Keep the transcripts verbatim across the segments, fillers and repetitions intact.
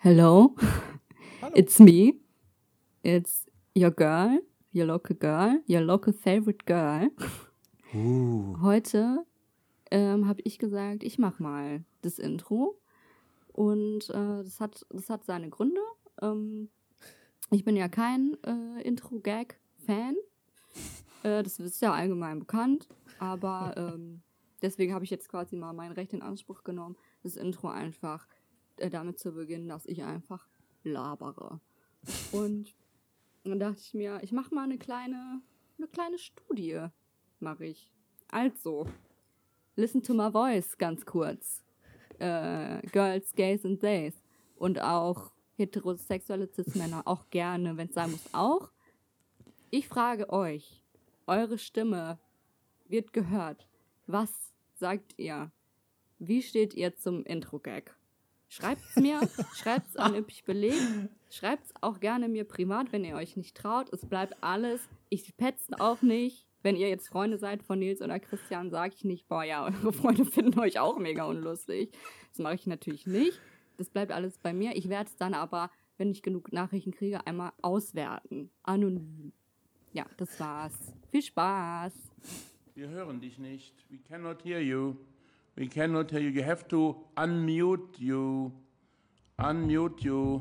Hello, Hallo. it's me. It's your girl, your local girl, your local favorite girl. Uh. Heute ähm, habe ich gesagt, ich mache mal das Intro. Und äh, das, hat, das hat seine Gründe. Ähm, ich bin ja kein äh, Intro-Gag-Fan. Äh, das ist ja allgemein bekannt. Aber ähm, deswegen habe ich jetzt quasi mal mein Recht in Anspruch genommen, das Intro einfach äh, damit zu beginnen, dass ich einfach labere. Und dann dachte ich mir, ich mache mal eine kleine, eine kleine Studie, mache ich. Also, listen to my voice, ganz kurz. Äh, Girls, Gays and Days. Und auch heterosexuelle Cis-Männer, auch gerne, wenn es sein muss, auch. Ich frage euch, eure Stimme wird gehört. Was sagt ihr? Wie steht ihr zum Intro-Gag? Schreibt's mir, schreibt's an üppig belegt, schreibt's auch gerne mir privat, wenn ihr euch nicht traut. Es bleibt alles. Ich petze auch nicht. Wenn ihr jetzt Freunde seid von Nils oder Christian, sage ich nicht, boah ja, eure Freunde finden euch auch mega unlustig. Das mache ich natürlich nicht. Das bleibt alles bei mir. Ich werde es dann aber, wenn ich genug Nachrichten kriege, einmal auswerten. Anonym. Ja, das war's. Viel Spaß. Wir hören dich nicht. We cannot hear you. We cannot hear you. You have to unmute you. Unmute you.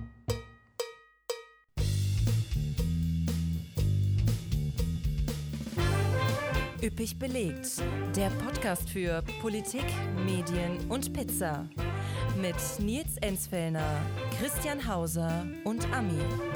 Üppig belegt. Der Podcast für Politik, Medien und Pizza. Mit Nils Enzfellner, Christian Hauser und Ami.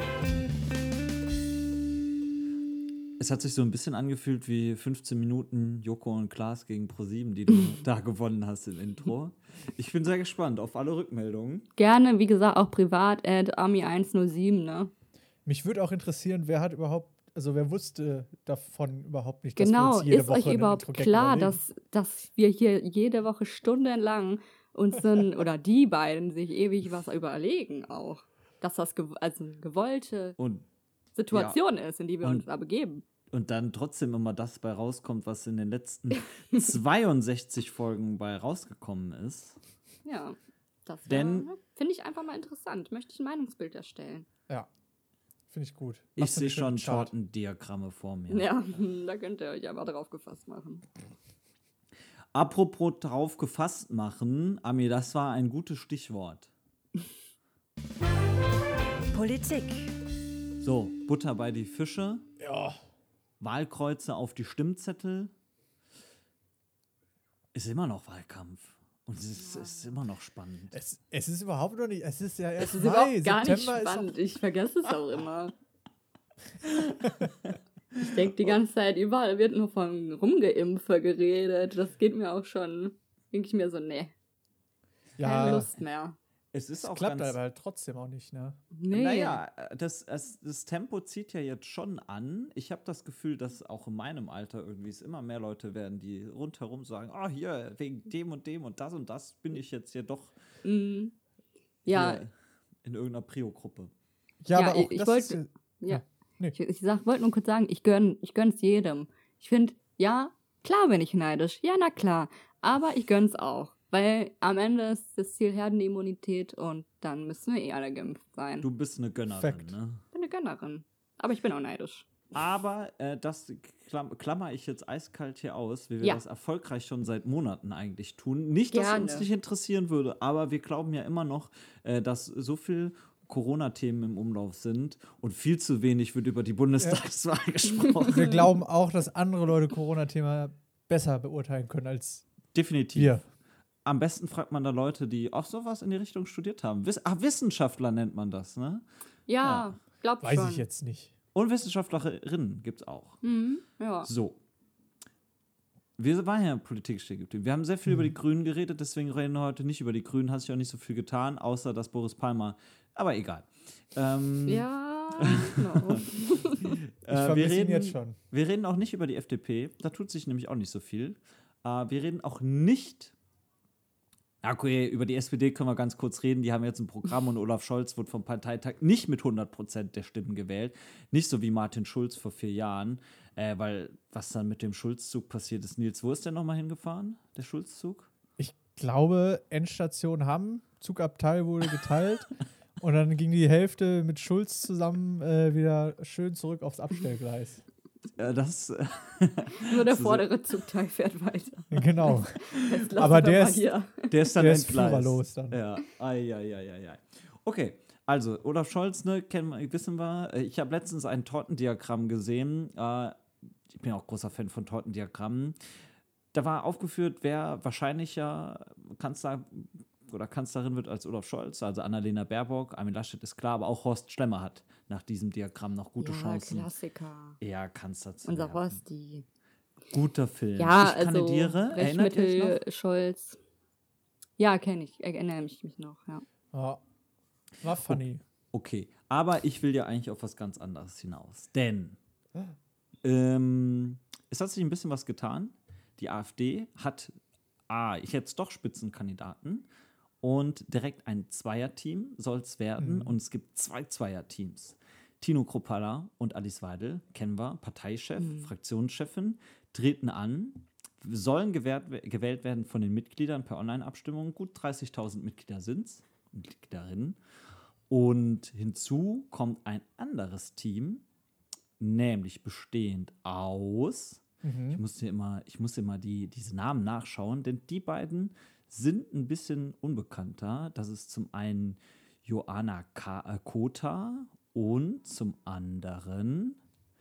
Es hat sich so ein bisschen angefühlt wie fünfzehn Minuten Joko und Klaas gegen ProSieben, die du da gewonnen hast im Intro. Ich bin sehr gespannt auf alle Rückmeldungen. Gerne, wie gesagt, auch privat at ami eins null sieben, ne? Mich würde auch interessieren, wer hat überhaupt, also wer wusste davon überhaupt nicht, dass Genau, wir uns jede ist Woche euch einen überhaupt Intro-Gag klar, überlegen? dass, dass wir hier jede Woche stundenlang uns dann, oder die beiden sich ewig was überlegen auch. Dass das gew- also eine gewollte Und, Situation ist, in die wir Und- uns da begeben. und dann trotzdem immer das bei rauskommt, was in den letzten zweiundsechzig Folgen bei rausgekommen ist. Ja, das Denn- finde ich einfach mal interessant. Möchte ich ein Meinungsbild erstellen. Ja, finde ich gut. Ich Machst du sehe einen schönen schon Chart. Tortendiagramme vor mir. Ja, da könnt ihr euch aber drauf gefasst machen. Apropos drauf gefasst machen, Ami, das war ein gutes Stichwort. Politik. So, Butter bei die Fische, Ja, Wahlkreuze auf die Stimmzettel. Ist immer noch Wahlkampf. Und es ist, es ist immer noch spannend. es, es ist überhaupt noch nicht, es ist ja erst Das ist Mai, überhaupt gar nicht September ist spannend. Ich vergesse es auch immer. Ich denke die ganze Zeit, überall wird nur von Rumgeimpfe geredet. Das geht mir auch schon. Denke ich mir so, nee, keine ja, Lust mehr. Es ist es auch klappt ganz, aber halt trotzdem auch nicht, ne? Nee. Naja, das, das, das Tempo zieht ja jetzt schon an. Ich habe das Gefühl, dass auch in meinem Alter irgendwie es immer mehr Leute werden, die rundherum sagen, oh, hier, wegen dem und dem und das und das bin ich jetzt hier doch Mm. Ja, hier in irgendeiner Prio-Gruppe. Ja, Ja, aber auch ich das wollte- ist, ja. nee. Ich, ich sag, wollte nur kurz sagen, ich gönn, ich gönn's jedem. Ich finde, ja, klar bin ich neidisch. Ja, na klar. Aber ich gönn's auch. Weil am Ende ist das Ziel Herdenimmunität und dann müssen wir eh alle geimpft sein. Du bist eine Gönnerin, Fact. ne? Ich bin eine Gönnerin. Aber ich bin auch neidisch. Aber äh, das klam klammer ich jetzt eiskalt hier aus, wie wir Ja. das erfolgreich schon seit Monaten eigentlich tun. Nicht, dass Gerne. uns nicht interessieren würde, aber wir glauben ja immer noch, äh, dass so viel Corona-Themen im Umlauf sind und viel zu wenig wird über die Bundestagswahl gesprochen. Wir glauben auch, dass andere Leute Corona-Thema besser beurteilen können als Definitiv. wir. Am besten fragt man da Leute, die auch sowas in die Richtung studiert haben. Wiss Ach, Wissenschaftler nennt man das, ne? Ja, glaub Weiß schon. ich jetzt nicht. Und Wissenschaftlerinnen gibt's auch. Mhm, ja. So. Wir waren ja in Politik stehen geblieben. Wir haben sehr viel über die Grünen geredet, deswegen reden wir heute nicht über die Grünen. Hat sich auch nicht so viel getan, außer dass Boris Palmer. Aber egal. Ähm, Ja, genau. Ich äh, wir, vermisse ihn reden, jetzt schon. wir reden auch nicht über die F D P. Da tut sich nämlich auch nicht so viel. Äh, wir reden auch nicht. Ja, okay, über die S P D können wir ganz kurz reden. Die haben jetzt ein Programm und Olaf Scholz wird vom Parteitag nicht mit hundert Prozent der Stimmen gewählt. Nicht so wie Martin Schulz vor vier Jahren. Äh, weil was dann mit dem Schulzzug passiert ist. Nils, wo ist der nochmal hingefahren, der Schulzzug? Ich glaube, Endstation Hamm, Zugabteil wurde geteilt. Und dann ging die Hälfte mit Schulz zusammen äh, wieder schön zurück aufs Abstellgleis. Ja, das. äh, Nur der So- vordere Zugteil fährt weiter. Genau. Jetzt lassen Aber wir der mal ist- hier. Der ist dann Der ist entgleist. führerlos dann. Ja, ai, ai, ai, ai, ai. Okay, also Olaf Scholz, ne, kennen wir, wissen wir. Äh, Ich habe letztens ein Tortendiagramm gesehen. Äh, ich bin auch großer Fan von Tortendiagrammen. Da war aufgeführt, wer wahrscheinlicher Kanzler oder Kanzlerin wird als Olaf Scholz, also Annalena Baerbock. Armin Laschet ist klar, aber auch Horst Schlemmer hat nach diesem Diagramm noch gute Ja, Chancen, Klassiker. eher Kanzler zu Unser werden. Rosti. Guter Film. Ja, ich also kandidiere, erinnert ihr euch noch? Brechmittel, Scholz. Ja, kenne ich. Erinnere mich, mich noch, ja. Ja. War funny. Okay, aber ich will ja eigentlich auf was ganz anderes hinaus. Denn ähm, es hat sich ein bisschen was getan. Die AfD hat, ah, ich jetzt doch Spitzenkandidaten und direkt ein Zweierteam soll es werden. Mhm. Und es gibt zwei Zweierteams. Tino Kruppalla und Alice Weidel, kennen wir, Parteichef, Fraktionschefin, treten an, sollen gewährt, gewählt werden von den Mitgliedern per Online-Abstimmung. Gut dreißigtausend Mitglieder sind es, Mitgliederinnen. Und hinzu kommt ein anderes Team, nämlich bestehend aus, ich muss hier immer, ich muss immer die, diese Namen nachschauen, denn die beiden sind ein bisschen unbekannter. Das ist zum einen Joanna Ka- äh, Kota und zum anderen,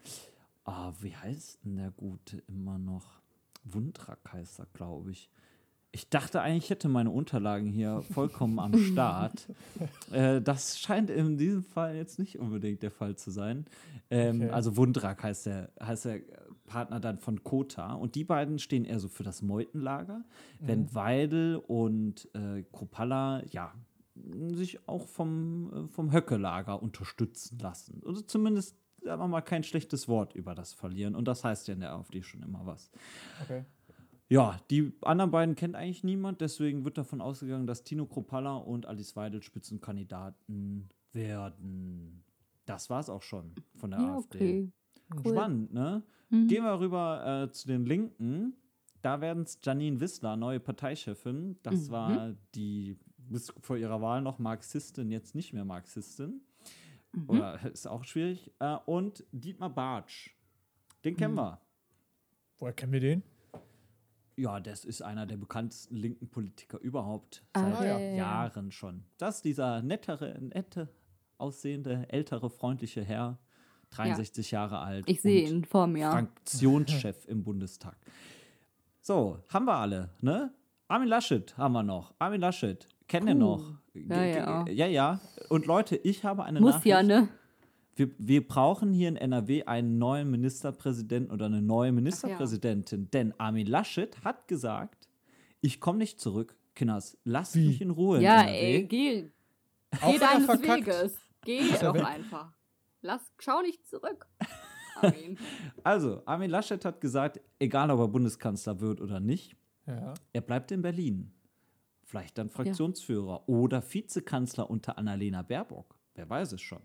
ah, wie heißt denn der Gute immer noch? Wundrak heißt er, glaube ich. Ich dachte eigentlich, ich hätte meine Unterlagen hier vollkommen am Start. Äh, das scheint in diesem Fall jetzt nicht unbedingt der Fall zu sein. Ähm, Okay. Also Wundrak heißt der, heißt der Partner dann von Kota. Und die beiden stehen eher so für das Meutenlager, während Weidel und äh, Kruppalla, ja, sich auch vom, äh, vom Höcke-Lager unterstützen lassen. Also zumindest, sagen wir mal, kein schlechtes Wort über das verlieren. Und das heißt ja in der AfD schon immer was. Okay. Ja, die anderen beiden kennt eigentlich niemand, deswegen wird davon ausgegangen, dass Tino Kruppalla und Alice Weidel Spitzenkandidaten werden. Das war's auch schon von der Ja, AfD. okay. Cool. Spannend, ne? Mhm. Gehen wir rüber äh, zu den Linken. Da werden es Janine Wissler, neue Parteichefin. Das Mhm. war die bis vor ihrer Wahl noch Marxistin, jetzt nicht mehr Marxistin. Mhm. Oder ist auch schwierig. Äh, und Dietmar Bartsch. Den kennen Mhm. wir. Woher kennen wir den? Ja, das ist einer der bekanntesten linken Politiker überhaupt. Ah, Seit ja. Jahren schon. Das ist dieser nettere, nette, aussehende, ältere, freundliche Herr, dreiundsechzig Jahre alt. Ich sehe und ihn vor mir. Fraktionschef im Bundestag. So, haben wir alle, ne? Armin Laschet haben wir noch. Armin Laschet, kennen wir Puh. noch. Ja, Ge- ja. ge- ja, ja. Und Leute, ich habe eine Muss Nachricht. ja, ne? Wir, wir brauchen hier in N R W einen neuen Ministerpräsidenten oder eine neue Ministerpräsidentin. Denn Armin Laschet hat gesagt, ich komme nicht zurück. Kinders, lasst Wie? mich in Ruhe Ja, in N R W. ey, geh. Auch Geh wenn er deines verkackt. Weges. Geh er doch weg? einfach. Lass, schau nicht zurück. Armin. Also, Armin Laschet hat gesagt, egal ob er Bundeskanzler wird oder nicht, Ja. er bleibt in Berlin. Vielleicht dann Fraktionsführer oder Vizekanzler unter Annalena Baerbock. Wer weiß es schon.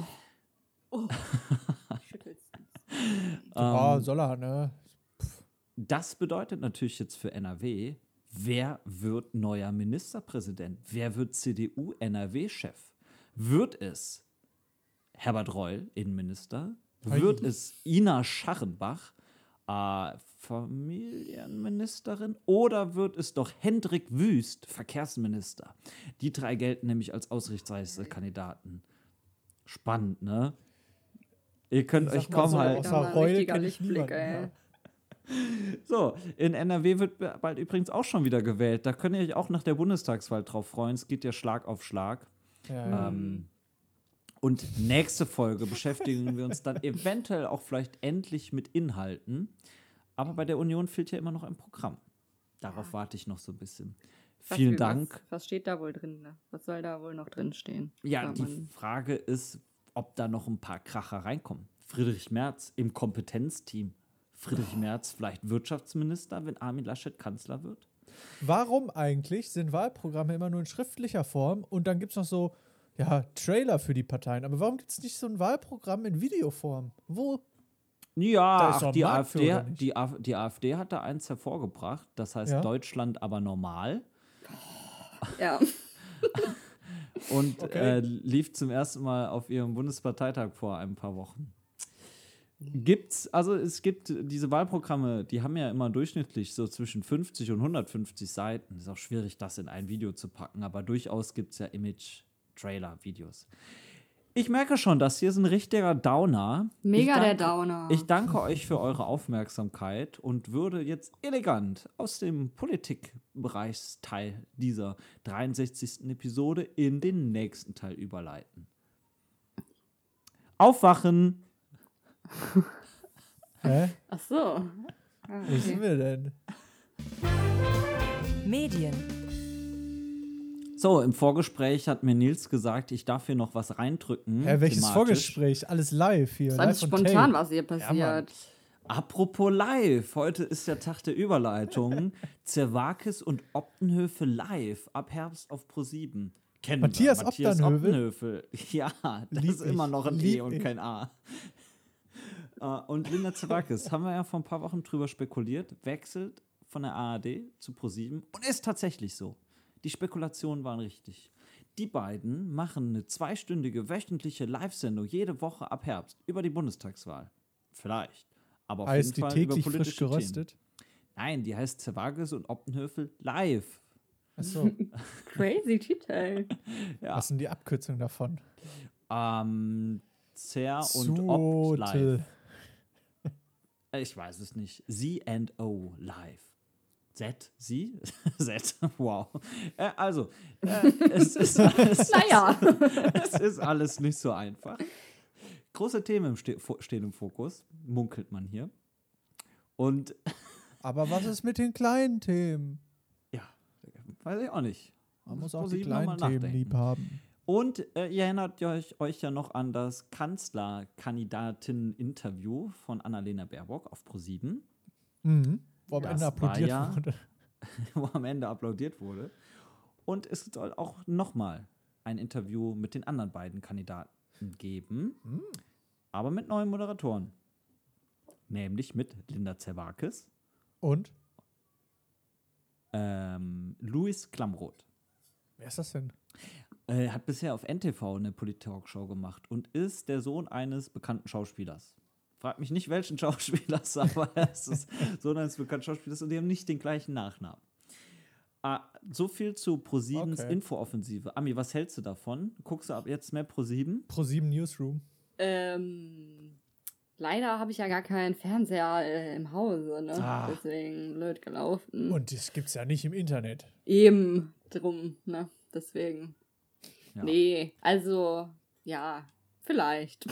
Schüttelst. Ja, soll er, ne? Das bedeutet natürlich jetzt für N R W, wer wird neuer Ministerpräsident? Wer wird C D U-N R W-Chef? Wird es Herbert Reul, Innenminister? Ei. Wird es Ina Scharrenbach, äh, Familienministerin? Oder wird es doch Hendrik Wüst, Verkehrsminister? Die drei gelten nämlich als aussichtsreichste Kandidaten. Spannend, ne? Ihr könnt Sag euch mal kaum so, halten. außer Ja, mal Reul richtiger kenn ich Lichtblick, niemanden. ey. Ja. So, in N R W wird be- bald übrigens auch schon wieder gewählt. Da könnt ihr euch auch nach der Bundestagswahl drauf freuen. Es geht ja Schlag auf Schlag. Ja, ja. Ähm, und nächste Folge beschäftigen wir uns dann eventuell auch vielleicht endlich mit Inhalten. Aber bei der Union fehlt ja immer noch ein Programm. Darauf warte ich noch so ein bisschen. Was Vielen will- Dank. Was, was steht da wohl drin? Ne? Was soll da wohl noch drin stehen? Ja, Sagt die man. Frage ist, ob da noch ein paar Kracher reinkommen. Friedrich Merz im Kompetenzteam. Friedrich Merz vielleicht Wirtschaftsminister, wenn Armin Laschet Kanzler wird? Warum eigentlich sind Wahlprogramme immer nur in schriftlicher Form und dann gibt es noch so, ja, Trailer für die Parteien? Aber warum gibt es nicht so ein Wahlprogramm in Videoform? Wo? Ja, Da ist ach, doch ein die, Markt für, AfD, oder nicht? die, AfD, die AfD hat da eins hervorgebracht, das heißt Ja? Deutschland aber normal. Ja. und Okay. äh, lief zum ersten Mal auf ihrem Bundesparteitag vor ein paar Wochen. Gibt's, also es gibt diese Wahlprogramme, die haben ja immer durchschnittlich so zwischen fünfzig und hundertfünfzig Seiten. Ist auch schwierig, das in ein Video zu packen, aber durchaus gibt es ja Image-Trailer-Videos. Ich merke schon, das hier ist ein richtiger Downer. Mega Ich der danke- Downer. Ich danke euch für eure Aufmerksamkeit und würde jetzt elegant aus dem Politikbereichsteil dieser dreiundsechzigsten Episode in den nächsten Teil überleiten. Aufwachen! Hä? Ach so. Ah, Wo sind okay. wir denn? Medien, So, im Vorgespräch hat mir Nils gesagt, ich darf hier noch was reindrücken. Hä, welches thematisch. Vorgespräch? Alles live hier. Das war live nicht on spontan, tape. was hier Mann. passiert. Apropos live, heute ist der Tag der Überleitung. Zerwakis und Optenhöfe live, ab Herbst auf ProSieben. Kennen Matthias wir. Matthias Optenhövel? Optenhövel. Ja, das Lieb ist immer ich, noch ein lieb E und ich. kein A. Äh, und Linda Zerwakis, haben wir ja vor ein paar Wochen drüber spekuliert, wechselt von der A R D zu ProSieben und ist tatsächlich so. Die Spekulationen waren richtig. Die beiden machen eine zweistündige wöchentliche Live-Sendung jede Woche ab Herbst über die Bundestagswahl. Vielleicht. Aber auf Heißt die jeden Fall über täglich frisch politische Themen. geröstet? Nein, die heißt Zerwakis und Optenhövel live. Achso. Crazy Titel. Ja. Was sind die Abkürzungen davon? Ähm, Zer und Opt live. Zotel. Äh, Ich weiß es nicht. Z and O live. Z? Sie? Z? Wow. Äh, also, äh, es ist alles, Naja. es ist alles nicht so einfach. Große Themen im Ste fo- stehen im Fokus, munkelt man hier. Und Aber was ist mit den kleinen Themen? ja, weiß ich auch nicht. Man muss auch Muss die ich noch mal kleinen Themen nachdenken. lieb haben. Und äh, ihr erinnert euch, euch ja noch an das Kanzlerkandidatinnen-Interview von Annalena Baerbock auf ProSieben, Mhm. Wo am Das Ende war applaudiert ja- wurde. wo am Ende applaudiert wurde. Und es soll auch nochmal ein Interview mit den anderen beiden Kandidaten geben, aber mit neuen Moderatoren. Nämlich mit Linda Zerwakis, Und? ähm, Louis Klamroth. Wer ist das denn? Er hat bisher auf N T V eine Polit-Talkshow gemacht und ist der Sohn eines bekannten Schauspielers. Frag mich nicht, welchen Schauspielers, aber er ist das Sohn eines bekannten Schauspielers und die haben nicht den gleichen Nachnamen. Ah, so viel zu ProSiebens Okay. Infooffensive. Ami, was hältst du davon? Guckst du ab jetzt mehr ProSieben? ProSieben Newsroom. Ähm, leider habe ich ja gar keinen Fernseher äh, im Hause, ne? Ah. Deswegen blöd gelaufen. Und das gibt's ja nicht im Internet. Eben drum, ne? Deswegen. Ja. Nee, also, ja, vielleicht.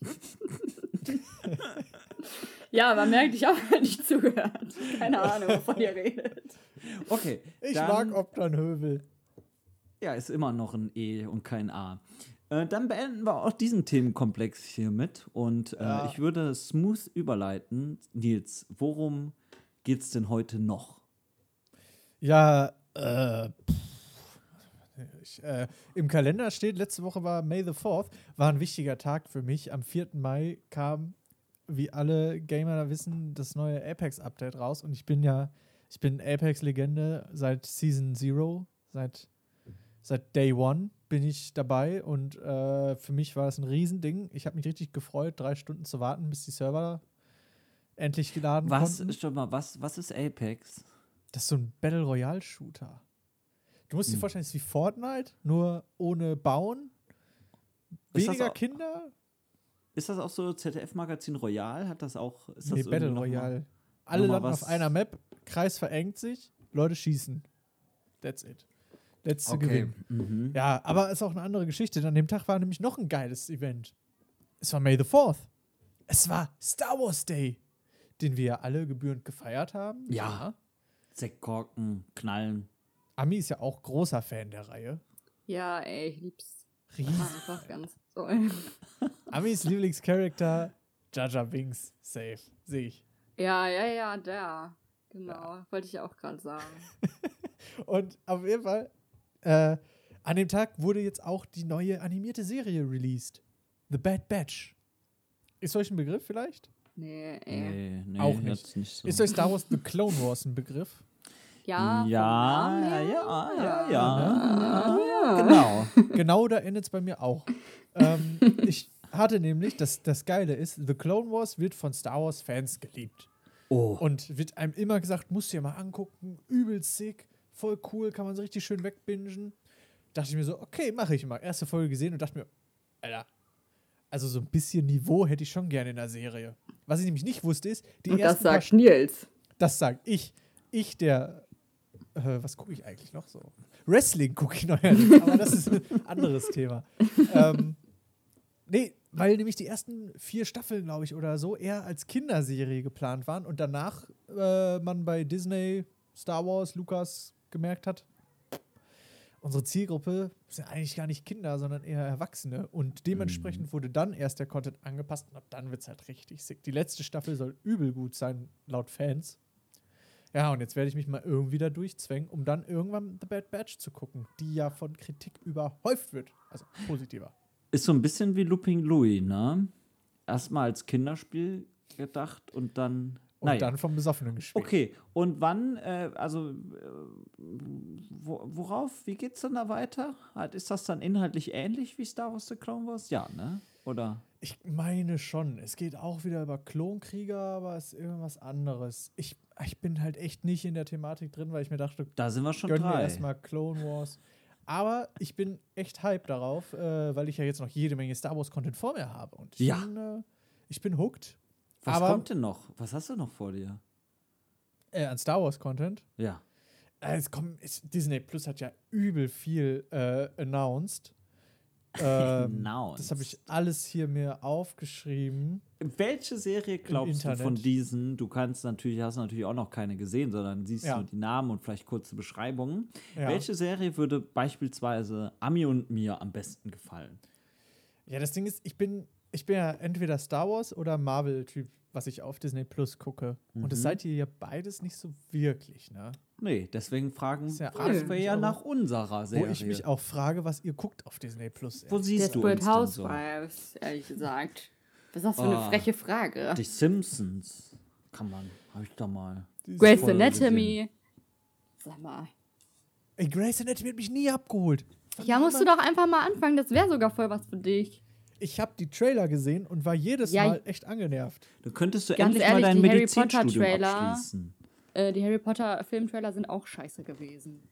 Ja, man merkt, ich habe nicht zugehört. Keine Ahnung, wovon ihr redet. Okay. Ich dann, mag Obdernhövel. Ja, ist immer noch ein E und kein A. Äh, dann beenden wir auch diesen Themenkomplex hiermit und äh, Ja. ich würde smooth überleiten. Nils, worum geht's denn heute noch? Ja, äh, pff, ich, äh, im Kalender steht, letzte Woche war May the fourth, war ein wichtiger Tag für mich. Am vierten Mai kam, wie alle Gamer da wissen, das neue Apex-Update raus und ich bin ja, ich bin Apex-Legende seit Season Zero, seit, seit Day One bin ich dabei und äh, für mich war das ein Riesending. Ich habe mich richtig gefreut, drei Stunden zu warten, bis die Server endlich geladen Was, konnten. schon mal, was, was ist Apex? Das ist so ein Battle Royale Shooter. Du musst dir Hm. vorstellen, es ist wie Fortnite, nur ohne Bauen. Ist das Weniger auch- Kinder? Ist das auch so Z D F-Magazin Royal? Hat das auch? Ist das Nee, irgendwie Battle noch mal- Royale. Alle noch mal landen was- auf einer Map, Kreis verengt sich, Leute schießen. That's it. Letzte Gewinn. Mhm. Ja, aber es ist auch eine andere Geschichte. An dem Tag war nämlich noch ein geiles Event. Es war May the fourth. Es war Star Wars Day, den wir ja alle gebührend gefeiert haben. Ja. Sektkorken, Knallen. Ami ist ja auch großer Fan der Reihe. Ja, ey, ich lieb's Riesen. einfach ganz toll. Amis Lieblingscharakter, Jar Jar Binks, safe, sehe ich. Ja, ja, ja, der. Genau, wollte ich auch gerade sagen. Und auf jeden Fall, äh, an dem Tag wurde jetzt auch die neue animierte Serie released. The Bad Batch. Ist euch ein Begriff vielleicht? Nee, ey. Nee, nee, Auch nicht. jetzt nicht so. Ist euch Star Wars The Clone Wars ein Begriff? Ja, Ja, vom Namen ja, her. ja, ja, ja, ja, genau. Genau, da endet es bei mir auch. ähm, ich hatte nämlich, das, das Geile ist, The Clone Wars wird von Star Wars-Fans geliebt. Oh, Und wird einem immer gesagt, musst du dir mal angucken, übelst sick, voll cool, kann man so richtig schön wegbingen. Dachte ich mir so, okay, mache ich mal. Erste Folge gesehen und dachte mir, Alter, also so ein bisschen Niveau hätte ich schon gerne in der Serie. Was ich nämlich nicht wusste ist, die Und das ersten paar sagt Nils. Das sag ich. Ich, der. Äh, was gucke ich eigentlich noch so? Wrestling gucke ich neuerdings, aber das ist ein anderes Thema. ähm, nee, weil nämlich die ersten vier Staffeln, glaube ich, oder so, eher als Kinderserie geplant waren und danach äh, man bei Disney, Star Wars, Lucas gemerkt hat, unsere Zielgruppe sind eigentlich gar nicht Kinder, sondern eher Erwachsene. Und dementsprechend wurde dann erst der Content angepasst und ab dann wird es halt richtig sick. Die letzte Staffel soll übel gut sein, laut Fans. Ja, und jetzt werde ich mich mal irgendwie da durchzwängen, um dann irgendwann The Bad Batch zu gucken, die ja von Kritik überhäuft wird. Also positiver. ist so ein bisschen wie Looping Louis, ne? Erstmal als Kinderspiel gedacht und dann. Und naja. dann vom Besoffenen gespielt. Okay, und wann, äh, also, äh, wo, worauf, wie geht's denn da weiter? Halt, ist das dann inhaltlich ähnlich wie Star Wars The Clone Wars? Ja, ne? Oder? Ich meine schon. Es geht auch wieder über Klonkrieger, aber es ist irgendwas anderes. Ich, ich bin halt echt nicht in der Thematik drin, weil ich mir dachte, Da sind wir schon gönnen wir drei. erstmal Clone Wars. Aber ich bin echt hyped darauf, äh, weil ich ja jetzt noch jede Menge Star Wars-Content vor mir habe. Und ich, Ja. bin, äh, ich bin hooked. Was aber, kommt denn noch? Was hast du noch vor dir? Äh, an Star Wars-Content. Ja. Äh, es kommt, es, Disney Plus hat ja übel viel äh, announced. Ähm, Announced. Das habe ich alles hier mir aufgeschrieben. Welche Serie glaubst du Internet. von diesen? Du kannst natürlich, hast natürlich auch noch keine gesehen, sondern siehst Ja. nur die Namen und vielleicht kurze Beschreibungen. Ja. Welche Serie würde beispielsweise Ami und mir am besten gefallen? Ja, das Ding ist, ich bin, ich bin ja entweder Star Wars oder Marvel-Typ, was ich auf Disney Plus gucke. Und das seid ihr ja beides nicht so wirklich, ne? Nee, deswegen fragen, Ist ja fragen alles wir nicht, ja aber- nach unserer Serie. Wo ich mich auch frage, was ihr guckt auf Disney Plus. Wo siehst du uns Desperate denn so? Housewives, ehrlich gesagt. Was ist das für eine Oh. freche Frage? Die Simpsons. Kann man, hab ich da mal. Grey's Folge Anatomy. Sag mal. Ey, Grey's Anatomy hat mich nie abgeholt. Ja, musst du doch einfach mal anfangen. Das wäre sogar voll was für dich. Ich habe die Trailer gesehen und war jedes Ja, Mal echt angenervt. Da könntest du Ganz endlich ehrlich, mal dein die Harry Medizinstudium Potter-Trailer- abschließen. Äh, die Harry Potter Filmtrailer sind auch scheiße gewesen.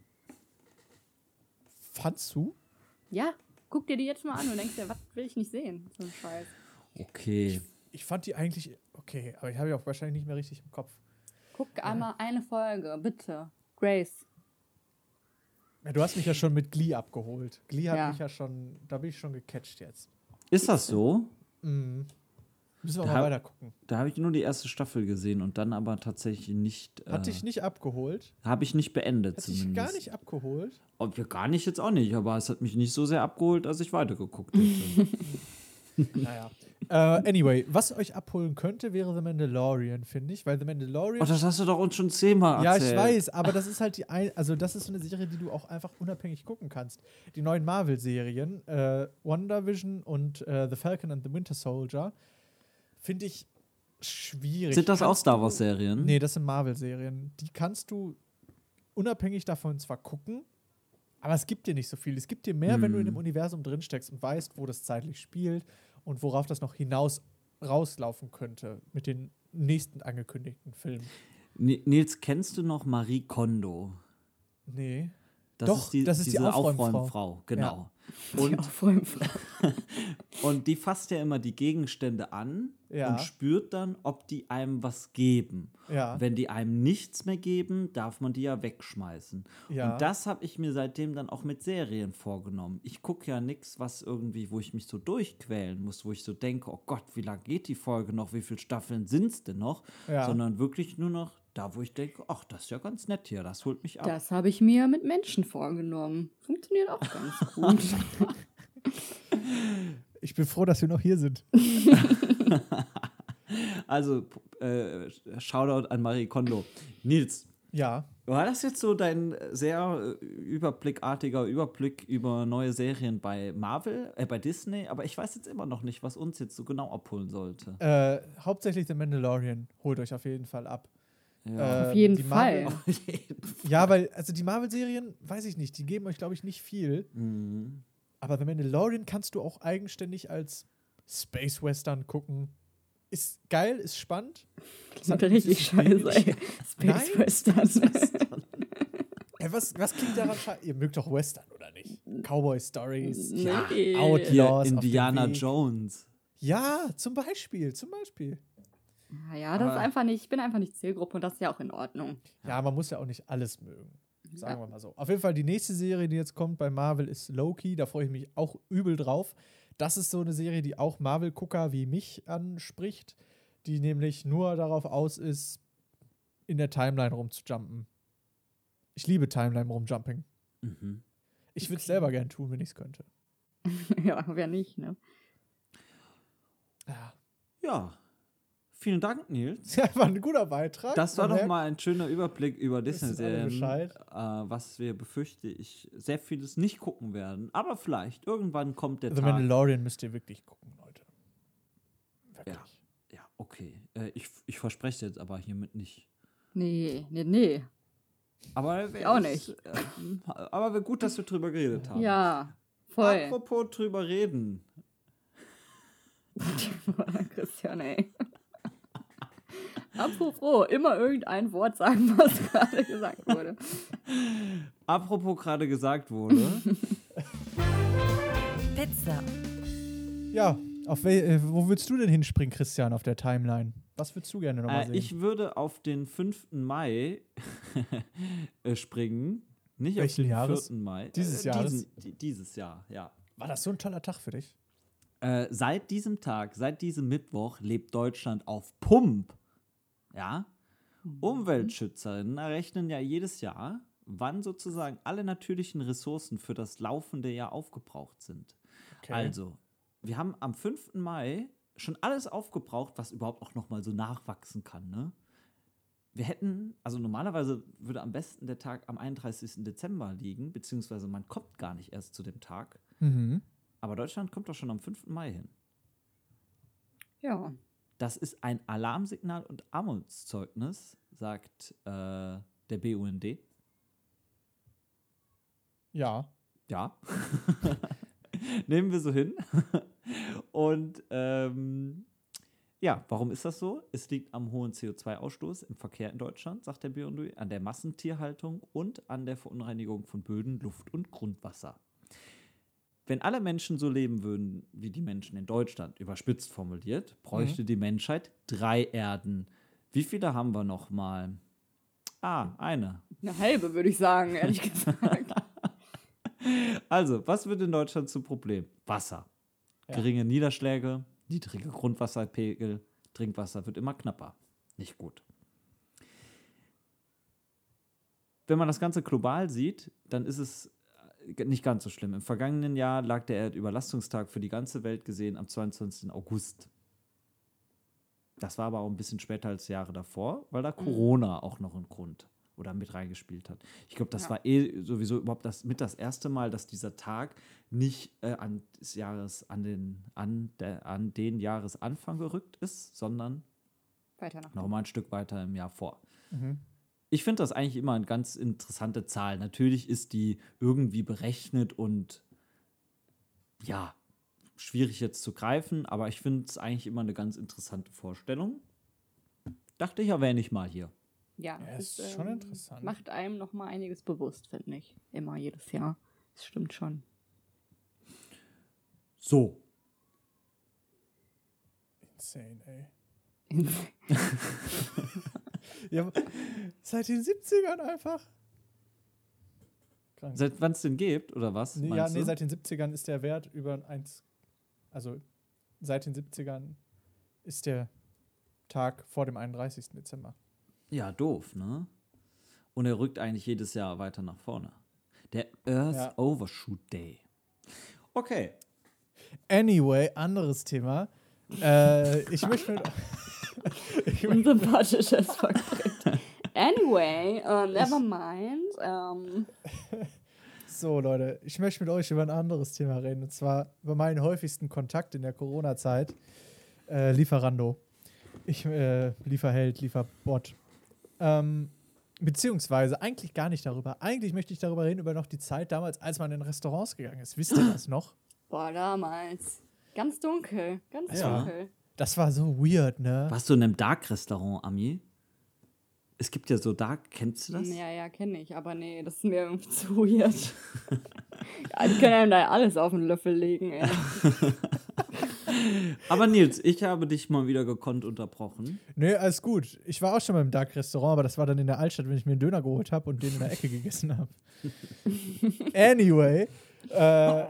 Fandst du? Ja, guck dir die jetzt mal an und denkst dir, was will ich nicht sehen? So ein Scheiß. Okay. Ich fand die eigentlich okay, aber ich habe ja auch wahrscheinlich nicht mehr richtig im Kopf. Guck einmal eine Folge, bitte. Grace. Ja, du hast mich ja schon mit Glee abgeholt. Glee hat Ja. mich ja schon, da bin ich schon gecatcht jetzt. Ist das so? Mhm. Müssen wir Da mal hab- weiter gucken. Da habe ich nur die erste Staffel gesehen und dann aber tatsächlich nicht. Hat Äh, dich nicht abgeholt? habe ich nicht beendet Hat dich zumindest. gar nicht abgeholt? Ob ja, gar nicht jetzt auch nicht, aber es hat mich nicht so sehr abgeholt, als ich weitergeguckt hätte. Naja. äh, anyway, was euch abholen könnte, wäre The Mandalorian, finde ich, weil The Mandalorian. Oh, das hast du doch uns schon zehnmal ja, erzählt. ich weiß, aber das ist halt die ein, also das ist so eine Serie, die du auch einfach unabhängig gucken kannst. Die neuen Marvel-Serien, äh, WandaVision und äh, The Falcon and the Winter Soldier, finde ich schwierig. Sind das auch Kannst Star du- Wars-Serien? Nee, das sind Marvel-Serien. Die kannst du unabhängig davon zwar gucken, aber es gibt dir nicht so viel. Es gibt dir mehr, wenn du in dem Universum drinsteckst und weißt, wo das zeitlich spielt und worauf das noch hinaus rauslaufen könnte mit den nächsten angekündigten Filmen. Ni- Nils, kennst du noch Marie Kondo? Nee. Das Doch, ist die, das ist die diese Aufräumfrau. Aufräumfrau, genau. Und, Und und die fasst ja immer die Gegenstände an Ja. und spürt dann, ob die einem was geben. Ja. Wenn die einem nichts mehr geben, darf man die ja wegschmeißen. Ja. Und das habe ich mir seitdem dann auch mit Serien vorgenommen. Ich gucke ja nichts, was irgendwie, wo ich mich so durchquälen muss, wo ich so denke, oh Gott, wie lange geht die Folge noch, wie viele Staffeln sind es denn noch? Ja. Sondern wirklich nur noch da, wo ich denke, ach, das ist ja ganz nett hier, das holt mich ab. das habe ich mir mit Menschen vorgenommen. Funktioniert auch ganz gut. Ich bin froh, dass wir noch hier sind. Also, äh, Shoutout an Marie Kondo. Nils, Ja. war das jetzt so dein sehr äh, überblickartiger Überblick über neue Serien bei Marvel, äh, bei Disney? Aber ich weiß jetzt immer noch nicht, was uns jetzt so genau abholen sollte. Äh, hauptsächlich The Mandalorian holt euch auf jeden Fall ab. Ja. Auf jeden die Fall. Marvel, ja, weil, also die Marvel-Serien, weiß ich nicht, die geben euch, glaube ich, nicht viel. Mhm. Aber The Mandalorian kannst du auch eigenständig als Space Western gucken. Ist geil, ist spannend. Klingt richtig scheiße, ey. Space Nein, Western. Ey, was, was klingt daran scheiße? Ihr mögt doch Western, oder nicht? Cowboy-Stories, Nee. Outlaws. Hier, auf dem Indiana Weg. Jones. Ja, zum Beispiel, zum Beispiel. Ja, das ist Aber- einfach nicht, ich bin einfach nicht Zielgruppe und das ist ja auch in Ordnung. Ja, man muss ja auch nicht alles mögen. Sagen Ja. wir mal so. Auf jeden Fall, die nächste Serie, die jetzt kommt bei Marvel, ist Loki. Da freue ich mich auch übel drauf. Das ist so eine Serie, die auch Marvel-Gucker wie mich anspricht, die nämlich nur darauf aus ist, in der Timeline rumzujumpen. Ich liebe Timeline-Rumjumping. Mhm. Ich würde es selber gern tun, wenn ich es könnte. Ja, wer nicht, ne? Ja. Ja. Vielen Dank, Nils. Ja, war ein guter Beitrag. Das war Man doch merkt, mal ein schöner Überblick über Wissen alle Disney-Serien, Bescheid. äh, was wir, befürchte ich, sehr vieles nicht gucken werden. Aber vielleicht, irgendwann kommt der The Tag. Mandalorian müsst ihr wirklich gucken, Leute. Wirklich. Ja. Ja, okay. Äh, ich, ich verspreche es jetzt aber hiermit nicht. Nee, nee, nee. Aber Ich auch es- nicht. Äh, aber wär gut, dass wir drüber geredet haben. Ja, voll. Apropos drüber reden. Christian, ey. Apropos, immer irgendein Wort sagen, was gerade gesagt wurde. Apropos gerade gesagt wurde. Pizza. Ja, auf wel, äh, wo würdest du denn hinspringen, Christian, auf der Timeline? Was würdest du gerne nochmal äh, sehen? ich würde auf den fünften Mai äh, springen. Nicht auf Welchen den Jahres? vierten Mai. Dieses äh, Jahres? Diesen, di- dieses Jahr, ja. War das so ein toller Tag für dich? Äh, seit diesem Tag, seit diesem Mittwoch lebt Deutschland auf Pump. Ja? Umweltschützerinnen errechnen ja jedes Jahr, wann sozusagen alle natürlichen Ressourcen für das laufende Jahr aufgebraucht sind. Okay. Also, wir haben am fünften Mai schon alles aufgebraucht, was überhaupt auch nochmal so nachwachsen kann. Ne? Wir hätten, also normalerweise würde am besten der Tag am einunddreißigsten Dezember liegen, beziehungsweise man kommt gar nicht erst zu dem Tag. Mhm. Aber Deutschland kommt doch schon am fünften Mai hin. Ja. Das ist ein Alarmsignal und Armutszeugnis, sagt äh, der B U N D. Ja. Ja. Nehmen wir so hin. Und ähm, ja, warum ist das so? Es liegt am hohen C O zwei Ausstoß im Verkehr in Deutschland, sagt der B U N D, an der Massentierhaltung und an der Verunreinigung von Böden, Luft und Grundwasser. Wenn alle Menschen so leben würden wie die Menschen in Deutschland, überspitzt formuliert, bräuchte die Menschheit drei Erden. Wie viele haben wir noch mal? Ah, eine. Eine halbe, würde ich sagen, ehrlich gesagt. Also, was wird in Deutschland zum Problem? Wasser. Ja. Geringe Niederschläge, niedrige Grundwasserpegel, Trinkwasser wird immer knapper. Nicht gut. Wenn man das Ganze global sieht, dann ist es nicht ganz so schlimm. Im vergangenen Jahr lag der Erdüberlastungstag für die ganze Welt gesehen am zweiundzwanzigsten August. Das war aber auch ein bisschen später als die Jahre davor, weil da Corona auch noch ein Grund oder mit reingespielt hat. Ich glaube, das Ja. war eh sowieso überhaupt das, mit das erste Mal, dass dieser Tag nicht äh, an, des Jahres, an, den, an, der, an den Jahresanfang gerückt ist, sondern Weiter nach. noch mal ein Stück weiter im Jahr vor. Mhm. Ich finde das eigentlich immer eine ganz interessante Zahl. Natürlich ist die irgendwie berechnet und ja, schwierig jetzt zu greifen, aber ich finde es eigentlich immer eine ganz interessante Vorstellung. Dachte ich, erwähne ich mal hier. Ja, Ja, das ist schon interessant. Macht einem noch mal einiges bewusst, finde ich. Immer, jedes Jahr. Das stimmt schon. So. Insane, ey. Ja, seit den siebzigern einfach. Krank. Seit wann es den gibt, oder was? Nee, ja, meinst nee, du? seit den siebzigern ist der Wert über eins. Also seit den siebzigern ist der Tag vor dem einunddreißigsten Dezember. Ja, doof, ne? Und er rückt eigentlich jedes Jahr weiter nach vorne. Der Earth Ja. Overshoot Day. Okay. Anyway, anderes Thema. äh, ich möchte mit, ich möchte, Unsympathisches Verkriegt. Anyway, uh, never mind. Um, so, Leute, ich möchte mit euch über ein anderes Thema reden. Und zwar über meinen häufigsten Kontakt in der Corona-Zeit. Äh, Lieferando. Ich, äh, Lieferheld, Lieferbot. Ähm, beziehungsweise eigentlich gar nicht darüber. Eigentlich möchte ich darüber reden, über noch die Zeit damals, als man in Restaurants gegangen ist. Wisst ihr das noch? Boah, damals. Ganz dunkel, ganz Ja. dunkel. Das war so weird, ne? Warst du in einem Dark-Restaurant, Ami? Es gibt ja so Dark, kennst du das? Ja, ja, kenne ich, aber nee, das ist mir irgendwie zu weird. Ja, die können einem da alles auf den Löffel legen, ey. Aber Nils, ich habe dich mal wieder gekonnt unterbrochen. Nee, alles gut. Ich war auch schon mal im Dark-Restaurant, aber das war dann in der Altstadt, wenn ich mir einen Döner geholt habe und den in der Ecke gegessen habe. Anyway, äh,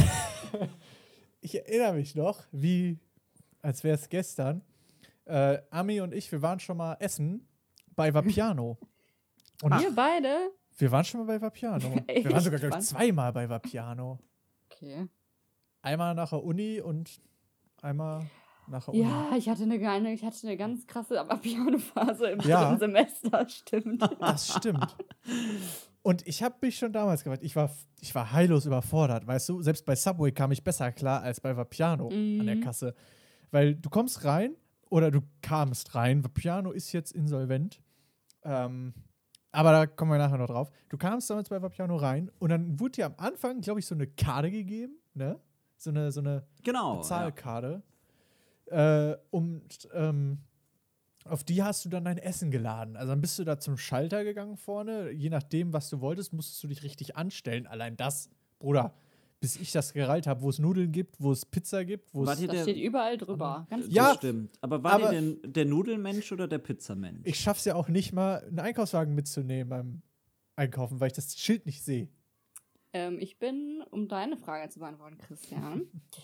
ich erinnere mich noch, wie, als wäre es gestern, äh, Ami und ich, wir waren schon mal essen bei Vapiano. Und Wir beide? wir waren schon mal bei Vapiano. Echt? Wir waren sogar, glaube ich, Wann? zweimal bei Vapiano. Okay. Einmal nach der Uni und einmal nach der Uni. Ja, ich hatte eine, geile, ich hatte eine ganz krasse Piano-Phase im Ja. dritten Semester, stimmt. Das stimmt. Und ich habe mich schon damals gefragt, ich war, ich war heillos überfordert, weißt du? Selbst bei Subway kam ich besser klar als bei Vapiano Mhm. an der Kasse. Weil du kommst rein oder du kamst rein, Vapiano ist jetzt insolvent. Ähm, aber da kommen wir nachher noch drauf. Du kamst damals bei Vapiano rein und dann wurde dir am Anfang, glaube ich, so eine Karte gegeben, ne? So eine, so eine Genau. Ja. Bezahlkarte. Äh, und ähm, auf die hast du dann dein Essen geladen. Also dann bist du da zum Schalter gegangen vorne. Je nachdem, was du wolltest, musstest du dich richtig anstellen. Allein das, Bruder, bis ich das gerallt habe, wo es Nudeln gibt, wo es Pizza gibt, wo Wart es. ihr Das der- steht überall drüber. Ganz Ja, Das stimmt. Aber war aber- dir denn der Nudelmensch oder der Pizzamensch? Ich schaff's ja auch nicht mal, einen Einkaufswagen mitzunehmen beim Einkaufen, weil ich das Schild nicht sehe. Ähm, ich bin, um deine Frage zu beantworten, Christian,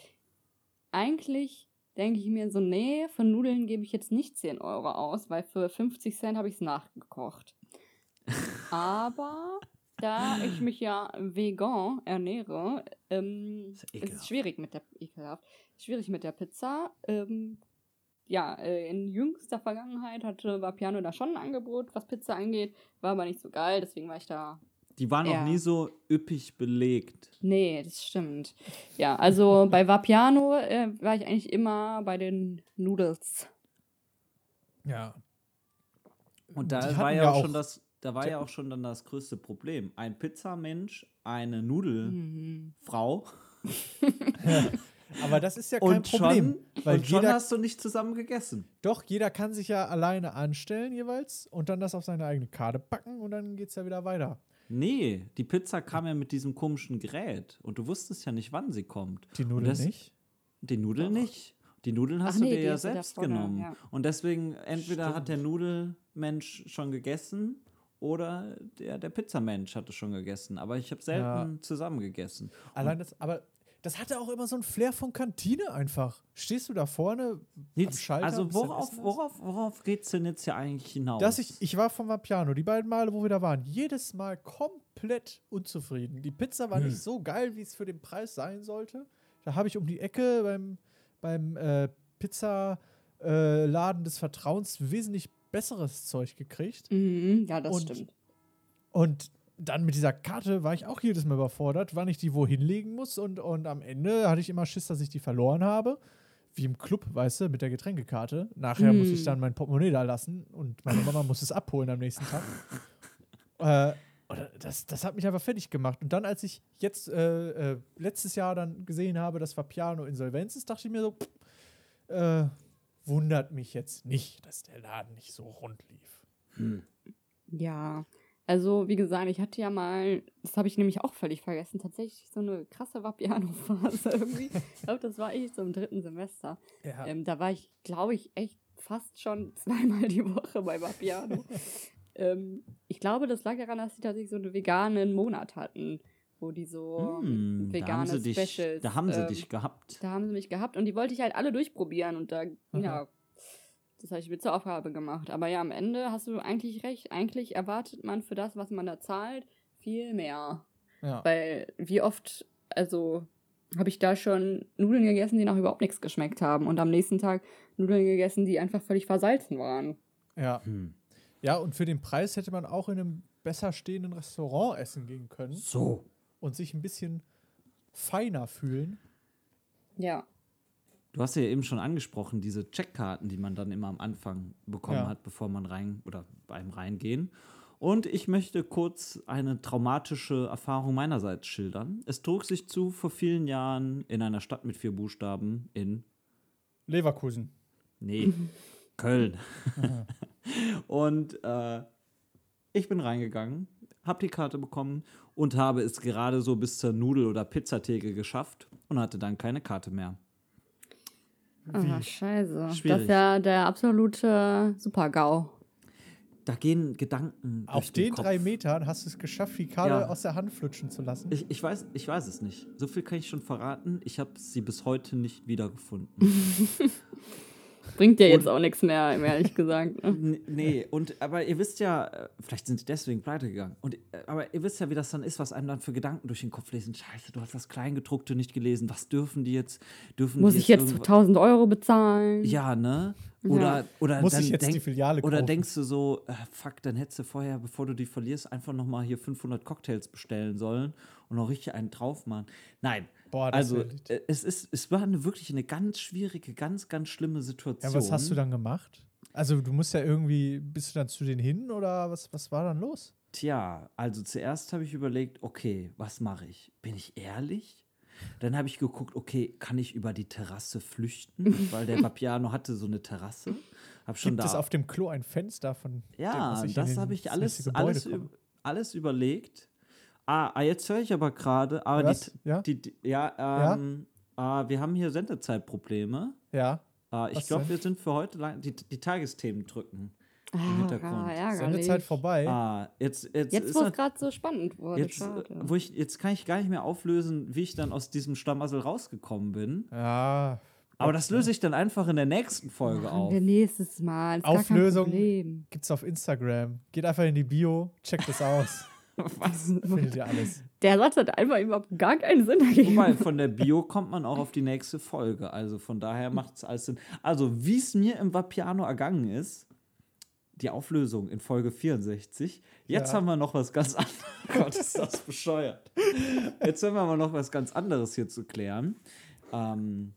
eigentlich denke ich mir so, nee, für Nudeln gebe ich jetzt nicht zehn Euro aus, weil für fünfzig Cent habe ich es nachgekocht. Aber da ich mich ja vegan ernähre, ähm, Ist ja ist es ekelhaft. schwierig mit der ekelhaft, schwierig mit der Pizza. Ähm, ja, äh, in jüngster Vergangenheit hatte Vapiano da schon ein Angebot, was Pizza angeht, war aber nicht so geil, deswegen war ich da. Die waren noch Ja. nie so üppig belegt. Nee, das stimmt. Ja, also bei Vapiano äh, war ich eigentlich immer bei den Noodles. Ja. Und Die da hatten war ja, ja auch auch- schon das, da war ja auch schon dann das größte Problem. Ein Pizzamensch, eine Nudelfrau Mhm. Aber das ist ja kein und Problem. schon, weil und schon jeder, hast du nicht zusammen gegessen. doch, jeder kann sich ja alleine anstellen jeweils und dann das auf seine eigene Karte packen und dann geht's ja wieder weiter. Nee, die Pizza kam ja mit diesem komischen Gerät und du wusstest ja nicht, wann sie kommt. Die Und Nudeln das- nicht. Die Nudeln nicht. Die Nudeln hast Ach du nee, dir die ja hast du da selbst vorne, genommen. ja. Und deswegen, entweder hat der Nudelmensch schon gegessen oder der, der Pizzamensch hatte schon gegessen. Aber ich habe selten Ja. zusammen gegessen. Allein das, aber das hatte auch immer so ein Flair von Kantine einfach. Stehst du da vorne am Jetzt, Schalter? also bist dein worauf, Essen hast? worauf, worauf geht es denn jetzt hier eigentlich hinaus? Dass ich, ich war vom Vapiano, die beiden Male, wo wir da waren, jedes Mal komplett unzufrieden. Die Pizza war Hm. nicht so geil, wie es für den Preis sein sollte. Da habe ich um die Ecke beim, beim äh, Pizzaladen des Vertrauens wesentlich besseres Zeug gekriegt. Mhm, ja, das Und- stimmt. Und dann mit dieser Karte war ich auch jedes Mal überfordert, wann ich die wo hinlegen muss. Und, und am Ende hatte ich immer Schiss, dass ich die verloren habe. Wie im Club, weißt du, mit der Getränkekarte. Nachher Mm. muss ich dann mein Portemonnaie da lassen und meine Mama muss es abholen am nächsten Tag. äh, oder das, das hat mich einfach fertig gemacht. Und dann, als ich jetzt äh, äh, letztes Jahr dann gesehen habe, dass Vapiano Insolvenz ist, dachte ich mir so, pff, äh, wundert mich jetzt nicht, dass der Laden nicht so rund lief. Ja, also wie gesagt, ich hatte ja mal, das habe ich nämlich auch völlig vergessen, tatsächlich so eine krasse Vapiano-Phase irgendwie. Ich glaube, das war echt so im dritten Semester. Ja. Ähm, da war ich, glaube ich, echt fast schon zweimal die Woche bei Vapiano. ähm, ich glaube, das lag daran, dass sie tatsächlich so einen veganen Monat hatten, wo die so Hm, da haben vegane sie dich, Specials. da haben sie ähm, dich gehabt. Da haben sie mich gehabt und die wollte ich halt alle durchprobieren und da, Mhm. ja, das habe ich mir zur Aufgabe gemacht. Aber ja, am Ende hast du eigentlich recht. Eigentlich erwartet man für das, was man da zahlt, viel mehr. Ja. Weil wie oft, also habe ich da schon Nudeln gegessen, die noch überhaupt nichts geschmeckt haben und am nächsten Tag Nudeln gegessen, die einfach völlig versalzen waren. Ja. Hm. Ja, und für den Preis hätte man auch in einem besser stehenden Restaurant essen gehen können So. und sich ein bisschen feiner fühlen. Ja. du hast ja eben schon angesprochen, diese Checkkarten, die man dann immer am Anfang bekommen Ja. hat, bevor man rein oder beim Reingehen. Und ich möchte kurz eine traumatische Erfahrung meinerseits schildern. Es trug sich zu vor vielen Jahren in einer Stadt mit vier Buchstaben in, Leverkusen. nee, Köln. Und äh, ich bin reingegangen, habe die Karte bekommen und habe es gerade so bis zur Nudel- oder Pizzatheke geschafft und hatte dann keine Karte mehr. Ah, scheiße. Das Schwierig. ist ja der absolute Super-GAU. Da gehen Gedanken Auf durch den den Kopf. drei Metern hast du es geschafft, die Karte Ja. aus der Hand flutschen zu lassen. Ich, ich, weiß, ich weiß es nicht. So viel kann ich schon verraten. Ich habe sie bis heute nicht wiedergefunden. Bringt ja jetzt auch nichts mehr, ehrlich gesagt. Ne? N- nee, und aber ihr wisst ja, äh, vielleicht sind sie deswegen pleite gegangen. Und, äh, aber ihr wisst ja, wie das dann ist, was einem dann für Gedanken durch den Kopf lesen. Scheiße, du hast das Kleingedruckte nicht gelesen. Was dürfen die jetzt? Dürfen Muss die ich jetzt irgendwo- tausend Euro bezahlen? Ja, ne? Oder, Ja. oder Muss dann ich jetzt denk, die Filiale Oder kaufen? denkst du so, äh, fuck, dann hättest du vorher, bevor du die verlierst, einfach nochmal hier fünfhundert Cocktails bestellen sollen und noch richtig einen drauf machen. Nein. Boah, das also, wär lit. äh, es, ist, es war eine, wirklich eine ganz schwierige, ganz, ganz schlimme Situation. Ja, was hast du dann gemacht? Also du musst ja irgendwie, bist du dann zu denen hin oder was, was war dann los? Tja, also zuerst habe ich überlegt, okay, was mache ich? Bin ich ehrlich? Dann habe ich geguckt, okay, kann ich über die Terrasse flüchten? Weil der Vapiano hatte so eine Terrasse. Hab schon Gibt da es auf dem Klo ein Fenster von dem, Ja, was ich in das den- habe ich das alles, nächste Gebäude alles, komme? üb- alles überlegt. Ah, ah, jetzt höre ich aber gerade, aber Was? die, Ja? die, die, ja, ähm, ah, wir haben hier Sendezeitprobleme. Ja. Ah, ich Was glaube, denn? wir sind für heute lang, die, die Tagesthemen drücken im Ah, Hintergrund. ärgerlich. Sendezeit vorbei. Ah, jetzt, jetzt, Jetzt, ist wo es nat- gerade so spannend wurde. jetzt, schade. äh, wo ich, jetzt kann ich gar nicht mehr auflösen, wie ich dann aus diesem Schlamassel rausgekommen bin. Ja. Aber das löse ich dann einfach in der nächsten Folge Machen auf. wir nächstes Mal. Ist Auflösung. Gar kein Problem. Gibt's auf Instagram. Geht einfach in die Bio, checkt es aus. Was? Findet ihr alles. Der Satz hat einfach überhaupt gar keinen Sinn ergeben. Wobei, von der Bio kommt man auch auf die nächste Folge. Also von daher macht es alles Sinn. Also, wie es mir im Vapiano ergangen ist, die Auflösung in Folge vierundsechzig. Jetzt Ja. haben wir noch was ganz anderes. Gott, ist das bescheuert. Jetzt haben wir aber noch was ganz anderes hier zu klären. Ähm,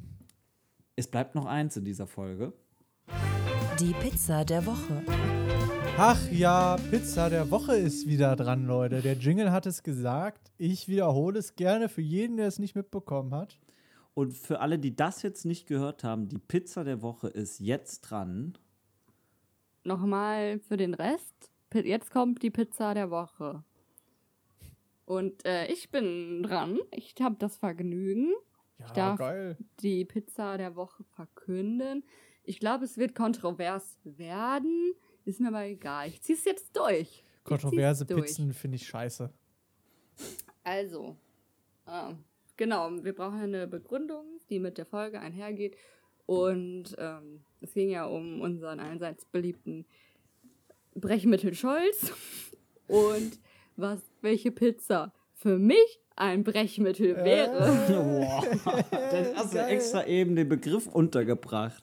es bleibt noch eins in dieser Folge. Die Pizza der Woche. Ach ja, Pizza der Woche ist wieder dran, Leute. Der Jingle hat es gesagt. Ich wiederhole es gerne für jeden, der es nicht mitbekommen hat. Und für alle, die das jetzt nicht gehört haben, die Pizza der Woche ist jetzt dran. Nochmal für den Rest. Pi- Jetzt kommt die Pizza der Woche. Und äh, ich bin dran. Ich habe das Vergnügen, Ja, darf- geil. die Pizza der Woche verkünden. Ich glaube, es wird kontrovers werden. Ist mir aber egal. Ich zieh's jetzt durch. Ich Kontroverse zieh's durch. Pizzen finde ich scheiße. Also, äh, genau, wir brauchen eine Begründung, die mit der Folge einhergeht. Und ähm, es ging ja um unseren allseits beliebten Brechmittel Scholz. Und was, welche Pizza für mich ein Brechmittel wäre. Boah, dann hast du extra eben den Begriff untergebracht.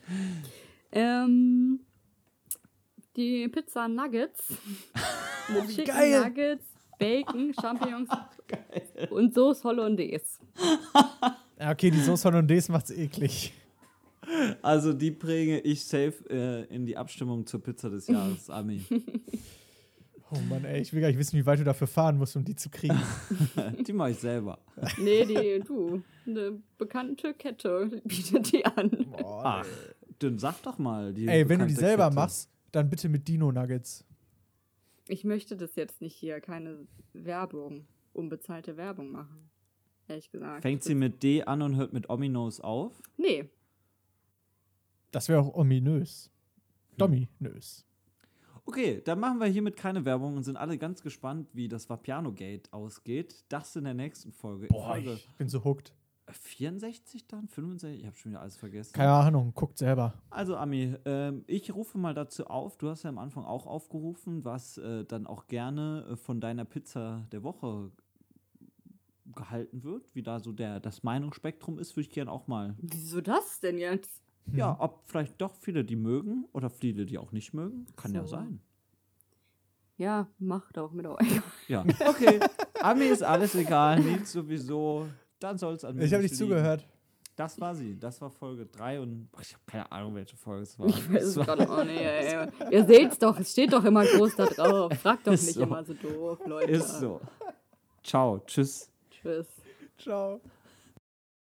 Ähm, die Pizza Nuggets mit Chicken geil. Nuggets, Bacon, Champignons und Sauce Hollandaise. Ja, okay, die Sauce Hollandaise macht's eklig. Also die bringe ich safe äh, in die Abstimmung zur Pizza des Jahres, Ami. Oh Mann, ey, ich will gar nicht wissen, wie weit du dafür fahren musst, um die zu kriegen. Die mache ich selber. Nee, die, du, eine bekannte Kette bietet die an. Boah, Ach, dann sag doch mal. Die ey, wenn du die bekannte selber Kette. machst, dann bitte mit Dino Nuggets. Ich möchte das jetzt nicht hier, keine Werbung, unbezahlte Werbung machen. Ehrlich gesagt. Fängt sie mit D an und hört mit Ominous auf? Nee. Das wäre auch ominös. Dominös. Okay, dann machen wir hiermit keine Werbung und sind alle ganz gespannt, wie das Vapiano-Gate ausgeht. Das in der nächsten Folge. Boah, in Folge ich bin so hooked. vierundsechzig dann? fünfundsechzig? Ich habe schon wieder alles vergessen. Keine Ahnung, guckt selber. Also, Ami, ähm, ich rufe mal dazu auf. Du hast ja am Anfang auch aufgerufen, was äh, dann auch gerne äh, von deiner Pizza der Woche gehalten wird. Wie da so der, das Meinungsspektrum ist, würde ich gerne auch mal. Wieso das denn jetzt? Ja, ob vielleicht doch viele die mögen oder viele die auch nicht mögen. Kann ja So. sein. Ja, mach doch mit euch. Ja, okay. Ami ist alles egal, Nils sowieso. Dann soll es an mir Ich habe nicht liegen. zugehört. das war sie. Das war Folge drei und boah, ich habe keine Ahnung, welche Folge es war. Ich weiß es Es war- gerade auch nicht. Ey. Ihr seht's doch, es steht doch immer groß da drauf. Fragt doch Ist nicht so. immer so doof, Leute. Ist so. Ciao. Tschüss. Tschüss. Ciao.